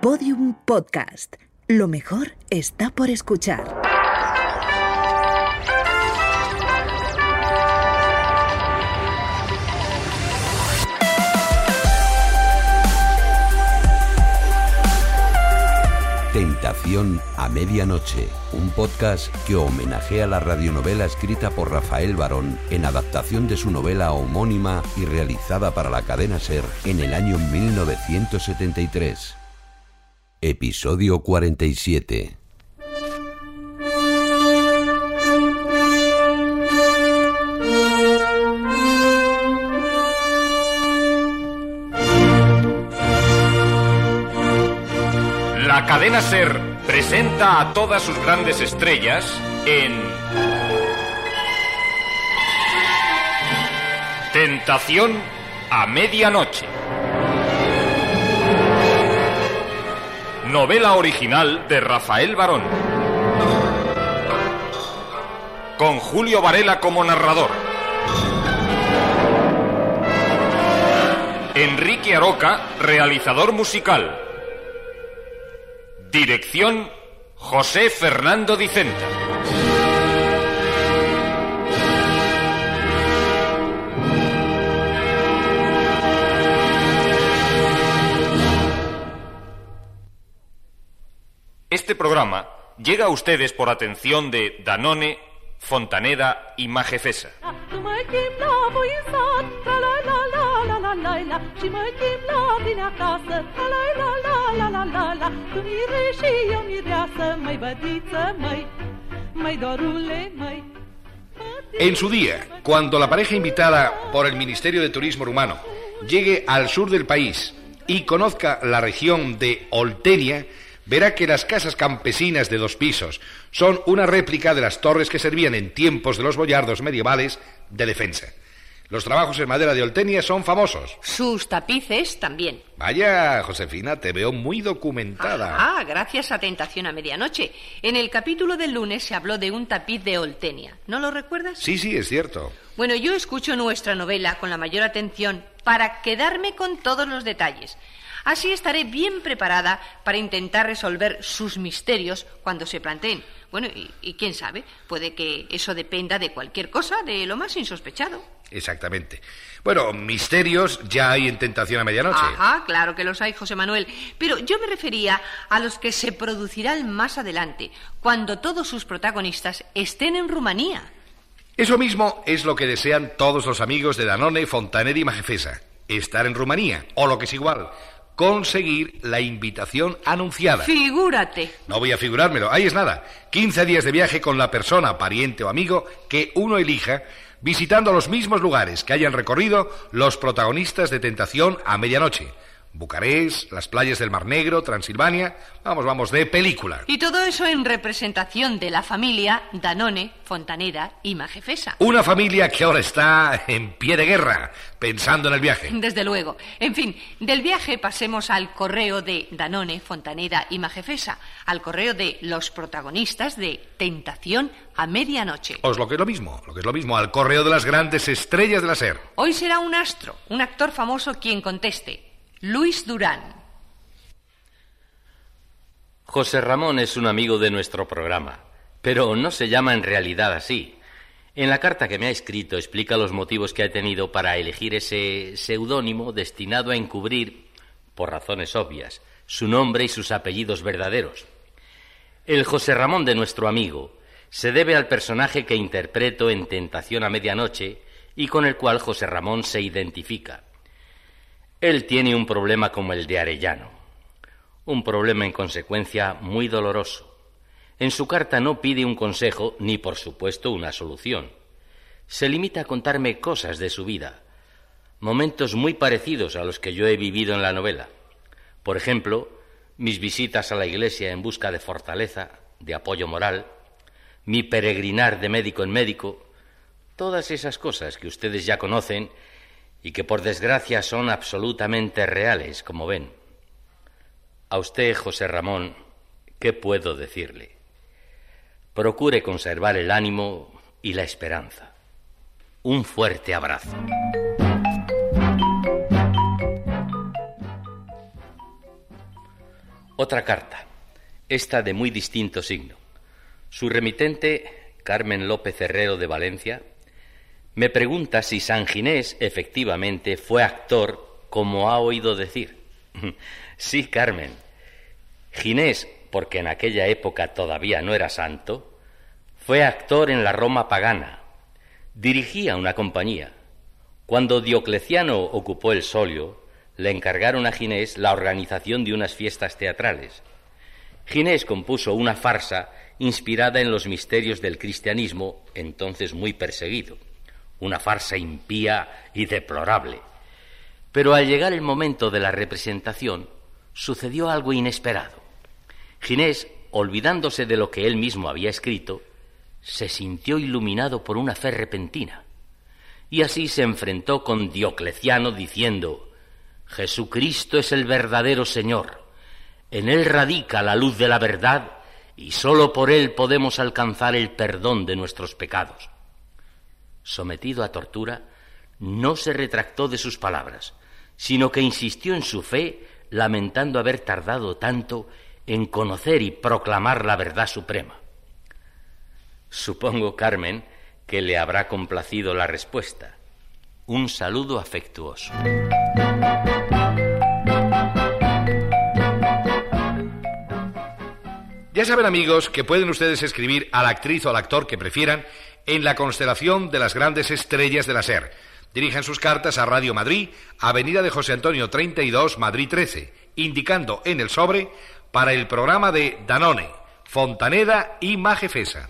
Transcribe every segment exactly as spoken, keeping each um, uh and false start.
Podium Podcast. Lo mejor está por escuchar. Tentación a medianoche, un podcast que homenajea la radionovela escrita por Rafael Barón en adaptación de su novela homónima y realizada para la cadena SER en el año mil novecientos setenta y tres. Episodio cuarenta y siete. La cadena SER presenta a todas sus grandes estrellas en Tentación a medianoche. Novela original de Rafael Barón, con Julio Varela como narrador, Enrique Aroca, realizador musical. Dirección, José Fernando Dicenta. Este programa llega a ustedes por atención de Danone, Fontaneda y Majefesa. En su día, cuando la pareja invitada por el Ministerio de Turismo Rumano llegue al sur del país y conozca la región de Oltenia, verá que las casas campesinas de dos pisos son una réplica de las torres que servían en tiempos de los boyardos medievales de defensa. Los trabajos en madera de Oltenia son famosos. Sus tapices también. Vaya, Josefina, te veo muy documentada. Ah, gracias a Tentación a medianoche. En el capítulo del lunes se habló de un tapiz de Oltenia. ¿No lo recuerdas? Sí, sí, es cierto. Bueno, yo escucho nuestra novela con la mayor atención para quedarme con todos los detalles. Así estaré bien preparada para intentar resolver sus misterios cuando se planteen. Bueno, y, y quién sabe, puede que eso dependa de cualquier cosa, de lo más insospechado. Exactamente. Bueno, misterios ya hay en Tentación a medianoche. Ajá, claro que los hay, José Manuel. Pero yo me refería a los que se producirán más adelante, cuando todos sus protagonistas estén en Rumanía. Eso mismo es lo que desean todos los amigos de Danone, Fontaneda y Majefesa. Estar en Rumanía, o lo que es igual, conseguir la invitación anunciada. Figúrate. No voy a figurármelo, ahí es nada. quince días de viaje con la persona, pariente o amigo que uno elija, visitando los mismos lugares que hayan recorrido los protagonistas de Tentación a medianoche. Bucarest, las playas del Mar Negro, Transilvania, vamos, vamos, de película. Y todo eso en representación de la familia Danone, Fontaneda y Majefesa. Una familia que ahora está en pie de guerra, pensando en el viaje. Desde luego. En fin, del viaje pasemos al correo de Danone, Fontaneda y Majefesa, al correo de los protagonistas de Tentación a medianoche. Os lo que es lo mismo, lo que es lo mismo, al correo de las grandes estrellas de la SER. Hoy será un astro, un actor famoso quien conteste. Luis Durán. José Ramón es un amigo de nuestro programa, pero no se llama en realidad así. En la carta que me ha escrito explica los motivos que ha tenido para elegir ese seudónimo destinado a encubrir, por razones obvias, su nombre y sus apellidos verdaderos. El José Ramón de nuestro amigo se debe al personaje que interpreto en Tentación a medianoche y con el cual José Ramón se identifica. Él tiene un problema como el de Arellano, un problema en consecuencia muy doloroso. En su carta no pide un consejo ni, por supuesto, una solución. Se limita a contarme cosas de su vida, momentos muy parecidos a los que yo he vivido en la novela. Por ejemplo, mis visitas a la iglesia en busca de fortaleza, de apoyo moral, mi peregrinar de médico en médico, todas esas cosas que ustedes ya conocen y que por desgracia son absolutamente reales, como ven. A usted, José Ramón, ¿qué puedo decirle? Procure conservar el ánimo y la esperanza. Un fuerte abrazo. Otra carta, esta de muy distinto signo. Su remitente, Carmen López Herrero de Valencia, me pregunta si San Ginés efectivamente fue actor, como ha oído decir. Sí, Carmen. Ginés, porque en aquella época todavía no era santo, fue actor en la Roma pagana. Dirigía una compañía. Cuando Diocleciano ocupó el solio, le encargaron a Ginés la organización de unas fiestas teatrales. Ginés compuso una farsa inspirada en los misterios del cristianismo, entonces muy perseguido. Una farsa impía y deplorable. Pero al llegar el momento de la representación, sucedió algo inesperado. Ginés, olvidándose de lo que él mismo había escrito, se sintió iluminado por una fe repentina. Y así se enfrentó con Diocleciano diciendo: Jesucristo es el verdadero Señor. En Él radica la luz de la verdad y sólo por Él podemos alcanzar el perdón de nuestros pecados. Sometido a tortura, no se retractó de sus palabras, sino que insistió en su fe, lamentando haber tardado tanto en conocer y proclamar la verdad suprema. Supongo, Carmen, que le habrá complacido la respuesta. Un saludo afectuoso. Ya saben, amigos, que pueden ustedes escribir a la actriz o al actor que prefieran en la constelación de las grandes estrellas de la SER. Dirijan sus cartas a Radio Madrid, Avenida de José Antonio treinta y dos, Madrid trece, indicando en el sobre para el programa de Danone, Fontaneda y Majefesa.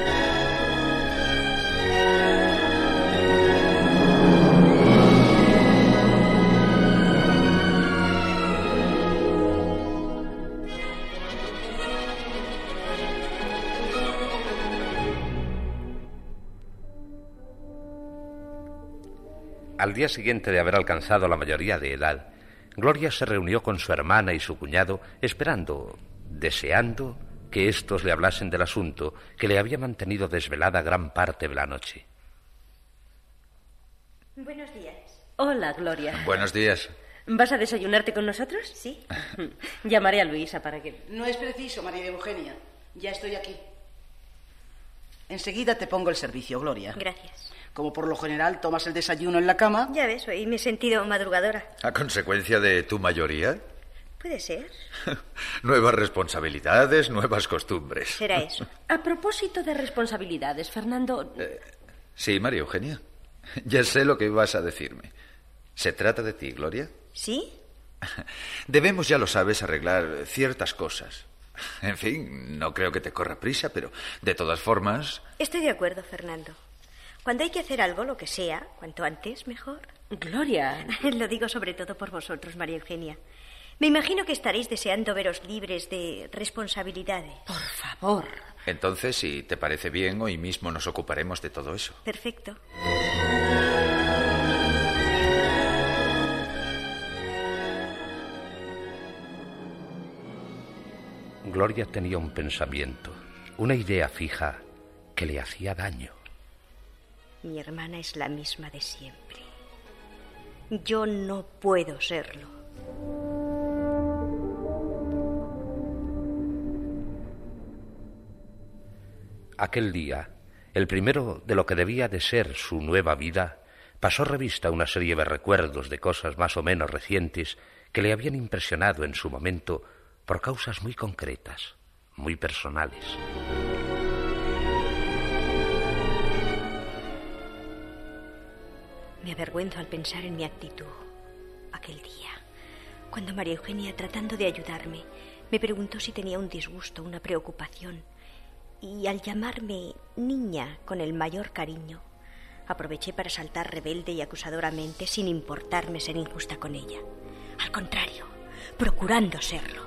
Al día siguiente de haber alcanzado la mayoría de edad, Gloria se reunió con su hermana y su cuñado, esperando, deseando que éstos le hablasen del asunto que le había mantenido desvelada gran parte de la noche. Buenos días. Hola, Gloria. Buenos días. ¿Vas a desayunarte con nosotros? Sí. Llamaré a Luisa para que... No es preciso, María Eugenia. Ya estoy aquí. Enseguida te pongo el servicio, Gloria. Gracias. Como por lo general tomas el desayuno en la cama... Ya ves, hoy me he sentido madrugadora. ¿A consecuencia de tu mayoría? Puede ser. Nuevas responsabilidades, nuevas costumbres. Será eso. A propósito de responsabilidades, Fernando... Eh, sí, María Eugenia. Ya sé lo que ibas a decirme. ¿Se trata de ti, Gloria? ¿Sí? Debemos, ya lo sabes, arreglar ciertas cosas. En fin, no creo que te corra prisa, pero de todas formas... Estoy de acuerdo, Fernando. Cuando hay que hacer algo, lo que sea, cuanto antes, mejor. Gloria. Lo digo sobre todo por vosotros, María Eugenia. Me imagino que estaréis deseando veros libres de responsabilidades. Por favor. Entonces, si te parece bien, hoy mismo nos ocuparemos de todo eso. Perfecto. Gloria tenía un pensamiento, una idea fija que le hacía daño. Mi hermana es la misma de siempre. Yo no puedo serlo. Aquel día, el primero de lo que debía de ser su nueva vida, pasó revista una serie de recuerdos de cosas más o menos recientes que le habían impresionado en su momento por causas muy concretas, muy personales. Me avergüenzo al pensar en mi actitud aquel día, cuando María Eugenia, tratando de ayudarme, me preguntó si tenía un disgusto, una preocupación, y al llamarme niña con el mayor cariño, aproveché para saltar rebelde y acusadoramente sin importarme ser injusta con ella. Al contrario, procurando serlo.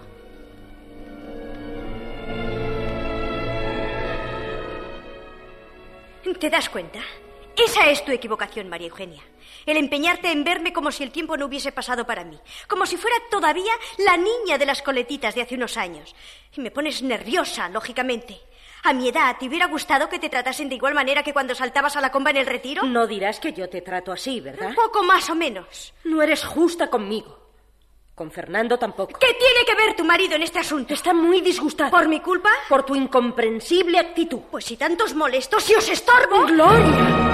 ¿Te das cuenta? Esa es tu equivocación, María Eugenia. El empeñarte en verme como si el tiempo no hubiese pasado para mí. Como si fuera todavía la niña de las coletitas de hace unos años. Y me pones nerviosa, lógicamente. A mi edad, ¿te hubiera gustado que te tratasen de igual manera que cuando saltabas a la comba en el retiro? No dirás que yo te trato así, ¿verdad? Un poco más o menos. No eres justa conmigo. Con Fernando tampoco. ¿Qué tiene que ver tu marido en este asunto? Está muy disgustado. ¿Por mi culpa? Por tu incomprensible actitud. Pues si tanto os molesto, si os estorbo... ¡Gloria!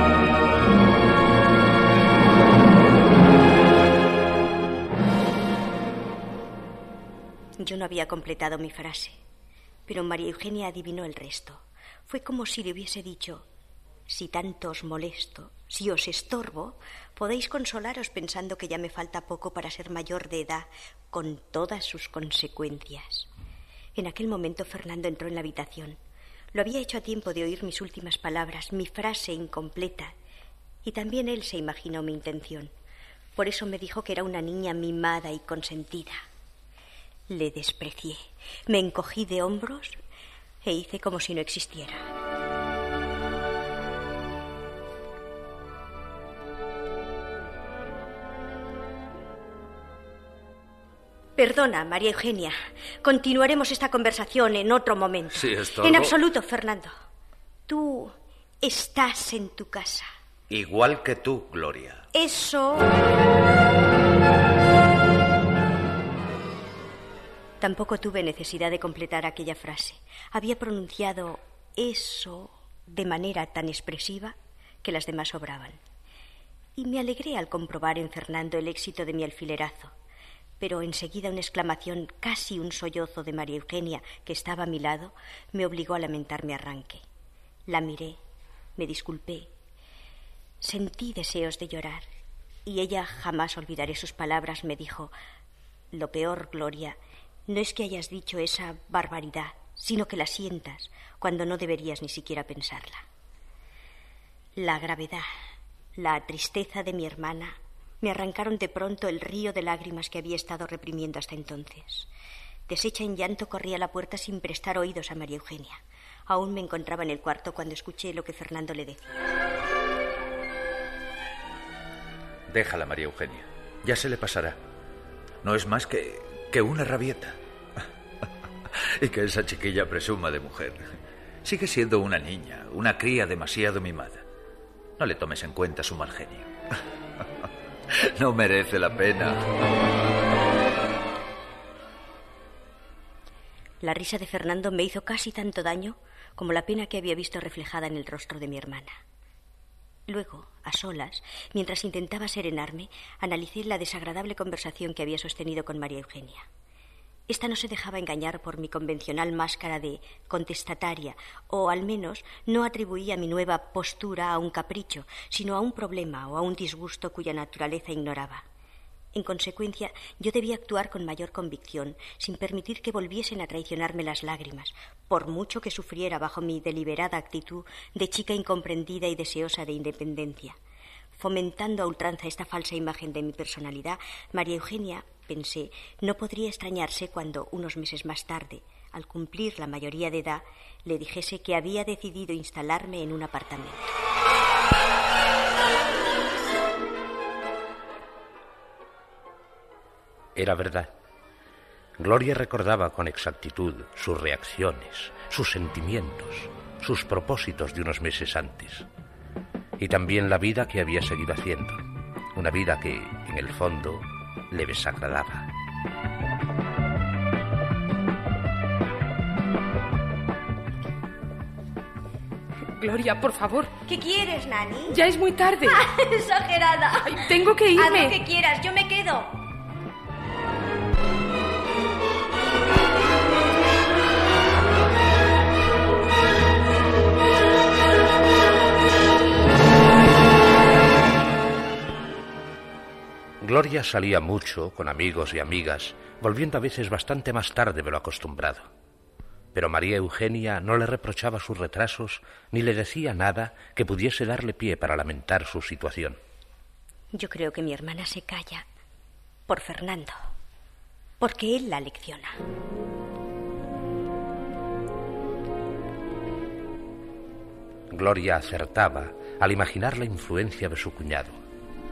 Yo no había completado mi frase, pero María Eugenia adivinó el resto. Fue como si le hubiese dicho: si tanto os molesto, si os estorbo, podéis consolaros pensando que ya me falta poco para ser mayor de edad, con todas sus consecuencias. En aquel momento Fernando entró en la habitación. Lo había hecho a tiempo de oír mis últimas palabras, mi frase incompleta, y también él se imaginó mi intención. Por eso me dijo que era una niña mimada y consentida. Le desprecié, me encogí de hombros e hice como si no existiera. Perdona, María Eugenia. Continuaremos esta conversación en otro momento. Sí, esto. En absoluto, Fernando. Tú estás en tu casa. Igual que tú, Gloria. Eso... Tampoco tuve necesidad de completar aquella frase. Había pronunciado eso de manera tan expresiva que las demás sobraban. Y me alegré al comprobar en Fernando el éxito de mi alfilerazo. Pero enseguida una exclamación, casi un sollozo de María Eugenia, que estaba a mi lado, me obligó a lamentar mi arranque. La miré, me disculpé, sentí deseos de llorar, y ella, jamás olvidaré sus palabras, me dijo: lo peor, Gloria, no es que hayas dicho esa barbaridad, sino que la sientas cuando no deberías ni siquiera pensarla. La gravedad, la tristeza de mi hermana me arrancaron de pronto el río de lágrimas que había estado reprimiendo hasta entonces. Deshecha en llanto, corrí a la puerta sin prestar oídos a María Eugenia. Aún me encontraba en el cuarto cuando escuché lo que Fernando le decía. Déjala, María Eugenia. Ya se le pasará. No es más que, que una rabieta. Y que esa chiquilla presuma de mujer. Sigue siendo una niña, una cría demasiado mimada. No le tomes en cuenta su mal genio. No merece la pena. La risa de Fernando me hizo casi tanto daño como la pena que había visto reflejada en el rostro de mi hermana. Luego, a solas, mientras intentaba serenarme, analicé la desagradable conversación que había sostenido con María Eugenia. Esta no se dejaba engañar por mi convencional máscara de contestataria, o al menos no atribuía mi nueva postura a un capricho, sino a un problema o a un disgusto cuya naturaleza ignoraba. En consecuencia, yo debía actuar con mayor convicción, sin permitir que volviesen a traicionarme las lágrimas, por mucho que sufriera bajo mi deliberada actitud de chica incomprendida y deseosa de independencia. Fomentando a ultranza esta falsa imagen de mi personalidad, María Eugenia, pensé, no podría extrañarse cuando, unos meses más tarde, al cumplir la mayoría de edad, le dijese que había decidido instalarme en un apartamento. Era verdad. Gloria recordaba con exactitud sus reacciones, sus sentimientos, sus propósitos de unos meses antes. Y también la vida que había seguido haciendo. Una vida que, en el fondo, le desagradaba. Gloria, por favor. ¿Qué quieres, Nani? Ya es muy tarde. Ah, exagerada. Ay, tengo que irme. Haz lo que quieras, yo me quedo. Gloria salía mucho con amigos y amigas, volviendo a veces bastante más tarde de lo acostumbrado. Pero María Eugenia no le reprochaba sus retrasos ni le decía nada que pudiese darle pie para lamentar su situación. Yo creo que mi hermana se calla por Fernando, porque él la lecciona. Gloria acertaba al imaginar la influencia de su cuñado.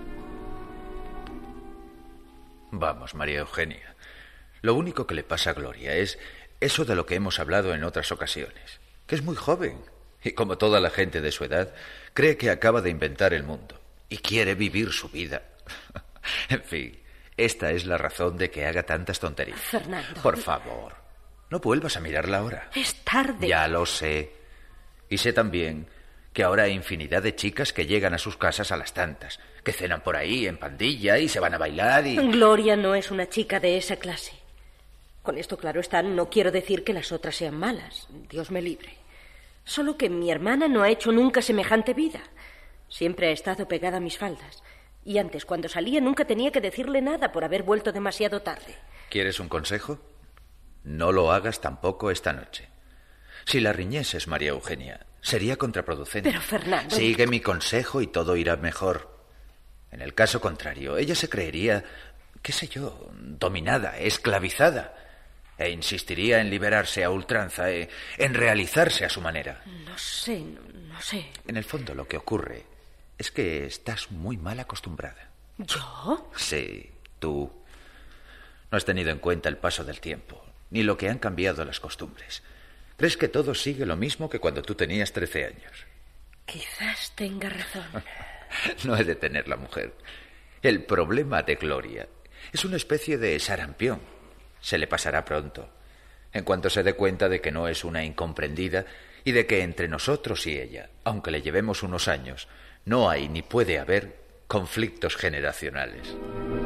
Vamos, María Eugenia. Lo único que le pasa a Gloria es eso de lo que hemos hablado en otras ocasiones, que es muy joven y, como toda la gente de su edad, cree que acaba de inventar el mundo y quiere vivir su vida. En fin, Esta es la razón de que haga tantas tonterías. Fernando. Por favor, no vuelvas a mirarla ahora. Es tarde. Ya lo sé. Y sé también que ahora hay infinidad de chicas que llegan a sus casas a las tantas, que cenan por ahí en pandilla y se van a bailar y... Gloria no es una chica de esa clase. Con esto claro está, no quiero decir que las otras sean malas. Dios me libre. Solo que mi hermana no ha hecho nunca semejante vida. Siempre ha estado pegada a mis faldas. Y antes, cuando salía, nunca tenía que decirle nada por haber vuelto demasiado tarde. ¿Quieres un consejo? No lo hagas tampoco esta noche. Si la riñeses, María Eugenia, sería contraproducente. Pero, Fernando... Sigue mi consejo y todo irá mejor. En el caso contrario, ella se creería, qué sé yo, dominada, esclavizada, e insistiría en liberarse a ultranza, eh, en realizarse a su manera. No sé, no, no sé. En el fondo lo que ocurre es que estás muy mal acostumbrada. ¿Yo? Sí, tú. No has tenido en cuenta el paso del tiempo, ni lo que han cambiado las costumbres. ¿Crees que todo sigue lo mismo que cuando tú tenías trece años? Quizás tenga razón. No he de tenerla, mujer. El problema de Gloria es una especie de sarampión. Se le pasará pronto, en cuanto se dé cuenta de que no es una incomprendida y de que entre nosotros y ella, aunque le llevemos unos años, no hay ni puede haber conflictos generacionales.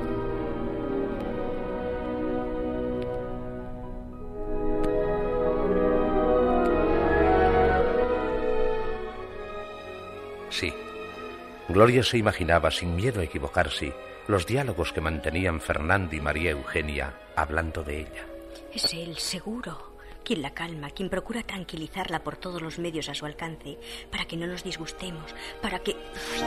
Sí, Gloria se imaginaba, sin miedo a equivocarse, los diálogos que mantenían Fernando y María Eugenia hablando de ella. Es él, seguro, quien la calma, quien procura tranquilizarla por todos los medios a su alcance, para que no nos disgustemos, para que...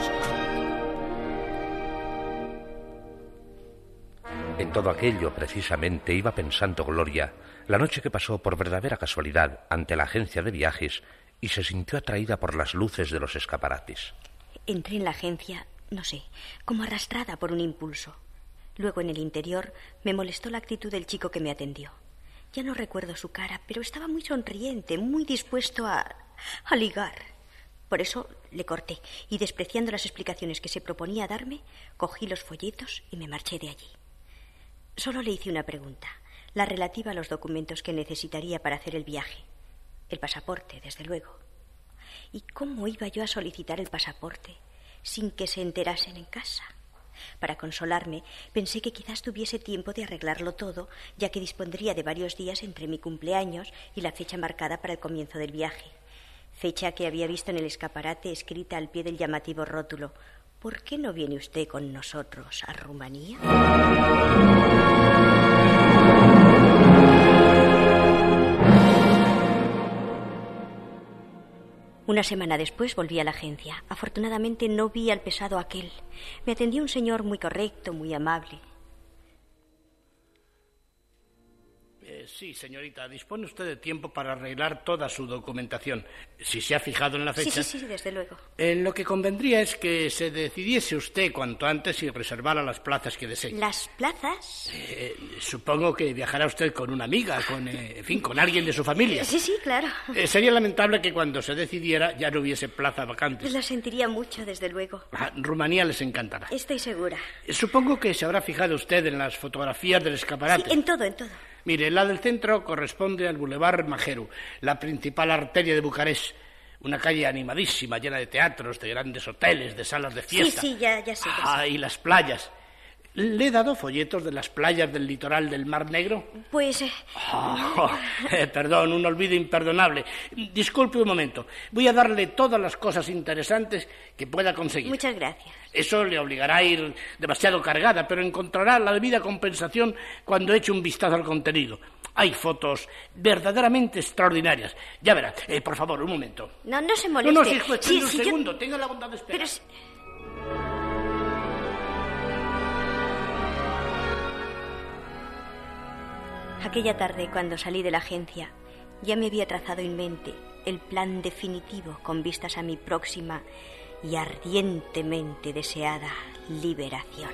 En todo aquello, precisamente, iba pensando Gloria la noche que pasó por verdadera casualidad ante la agencia de viajes y se sintió atraída por las luces de los escaparates. Entré en la agencia, no sé, como arrastrada por un impulso. Luego, en el interior, me molestó la actitud del chico que me atendió. Ya no recuerdo su cara, pero estaba muy sonriente, muy dispuesto a... a ligar. Por eso le corté y, despreciando las explicaciones que se proponía darme, cogí los folletos y me marché de allí. Solo le hice una pregunta, la relativa a los documentos que necesitaría para hacer el viaje. El pasaporte, desde luego. ¿Y cómo iba yo a solicitar el pasaporte sin que se enterasen en casa? Para consolarme, pensé que quizás tuviese tiempo de arreglarlo todo, ya que dispondría de varios días entre mi cumpleaños y la fecha marcada para el comienzo del viaje. Fecha que había visto en el escaparate escrita al pie del llamativo rótulo: ¿por qué no viene usted con nosotros a Rumanía? Una semana después volví a la agencia. Afortunadamente no vi al pesado aquel. Me atendió un señor muy correcto, muy amable. Eh, sí, señorita, dispone usted de tiempo para arreglar toda su documentación. Si se ha fijado en la fecha... Sí, sí, sí, desde luego. Eh, lo que convendría es que se decidiese usted cuanto antes y reservara las plazas que desee. ¿Las plazas? Eh, supongo que viajará usted con una amiga, con, eh, en fin, con alguien de su familia. Sí, sí, claro. Eh, sería lamentable que cuando se decidiera ya no hubiese plaza vacante. Lo sentiría mucho, desde luego. Ah, Rumanía les encantará. Estoy segura. Eh, supongo que se habrá fijado usted en las fotografías del escaparate. Sí, en todo, en todo. Mire, la del centro corresponde al Boulevard Majeru, la principal arteria de Bucarest. Una calle animadísima, llena de teatros, de grandes hoteles, de salas de fiesta. Sí, sí, ya, ya sé. Ya sé. Ah, y las playas. ¿Le he dado folletos de las playas del litoral del Mar Negro? Pues... Eh... Oh, eh, perdón, un olvido imperdonable. Disculpe un momento. Voy a darle todas las cosas interesantes que pueda conseguir. Muchas gracias. Eso le obligará a ir demasiado cargada, pero encontrará la debida compensación cuando eche un vistazo al contenido. Hay fotos verdaderamente extraordinarias. Ya verá. Eh, por favor, un momento. No, no se moleste. No, no, sí, pues, sí, un sí, segundo. Yo... Tenga la bondad de esperar. Pero... Si... Aquella tarde, cuando salí de la agencia, ya me había trazado en mente el plan definitivo con vistas a mi próxima y ardientemente deseada liberación.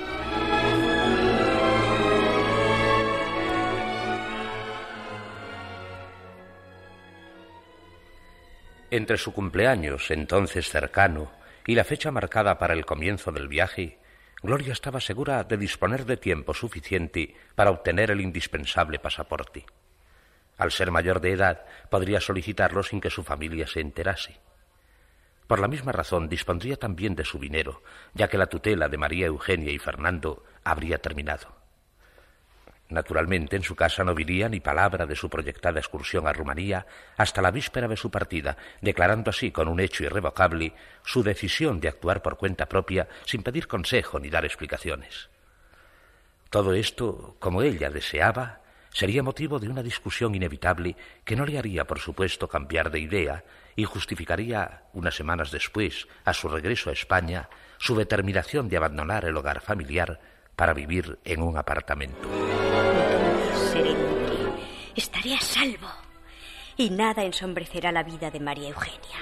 Entre su cumpleaños, entonces cercano, y la fecha marcada para el comienzo del viaje, Gloria estaba segura de disponer de tiempo suficiente para obtener el indispensable pasaporte. Al ser mayor de edad, podría solicitarlo sin que su familia se enterase. Por la misma razón, dispondría también de su dinero, ya que la tutela de María Eugenia y Fernando habría terminado. Naturalmente, en su casa no diría ni palabra de su proyectada excursión a Rumanía hasta la víspera de su partida, declarando así con un hecho irrevocable su decisión de actuar por cuenta propia sin pedir consejo ni dar explicaciones. Todo esto, como ella deseaba, sería motivo de una discusión inevitable que no le haría, por supuesto, cambiar de idea y justificaría, unas semanas después, a su regreso a España, su determinación de abandonar el hogar familiar para vivir en un apartamento. Seré libre, estaré a salvo y nada ensombrecerá la vida de María Eugenia.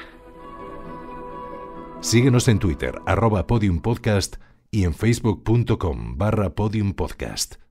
Síguenos en Twitter, arroba podiumpodcast y en facebook punto com barra podiumpodcast.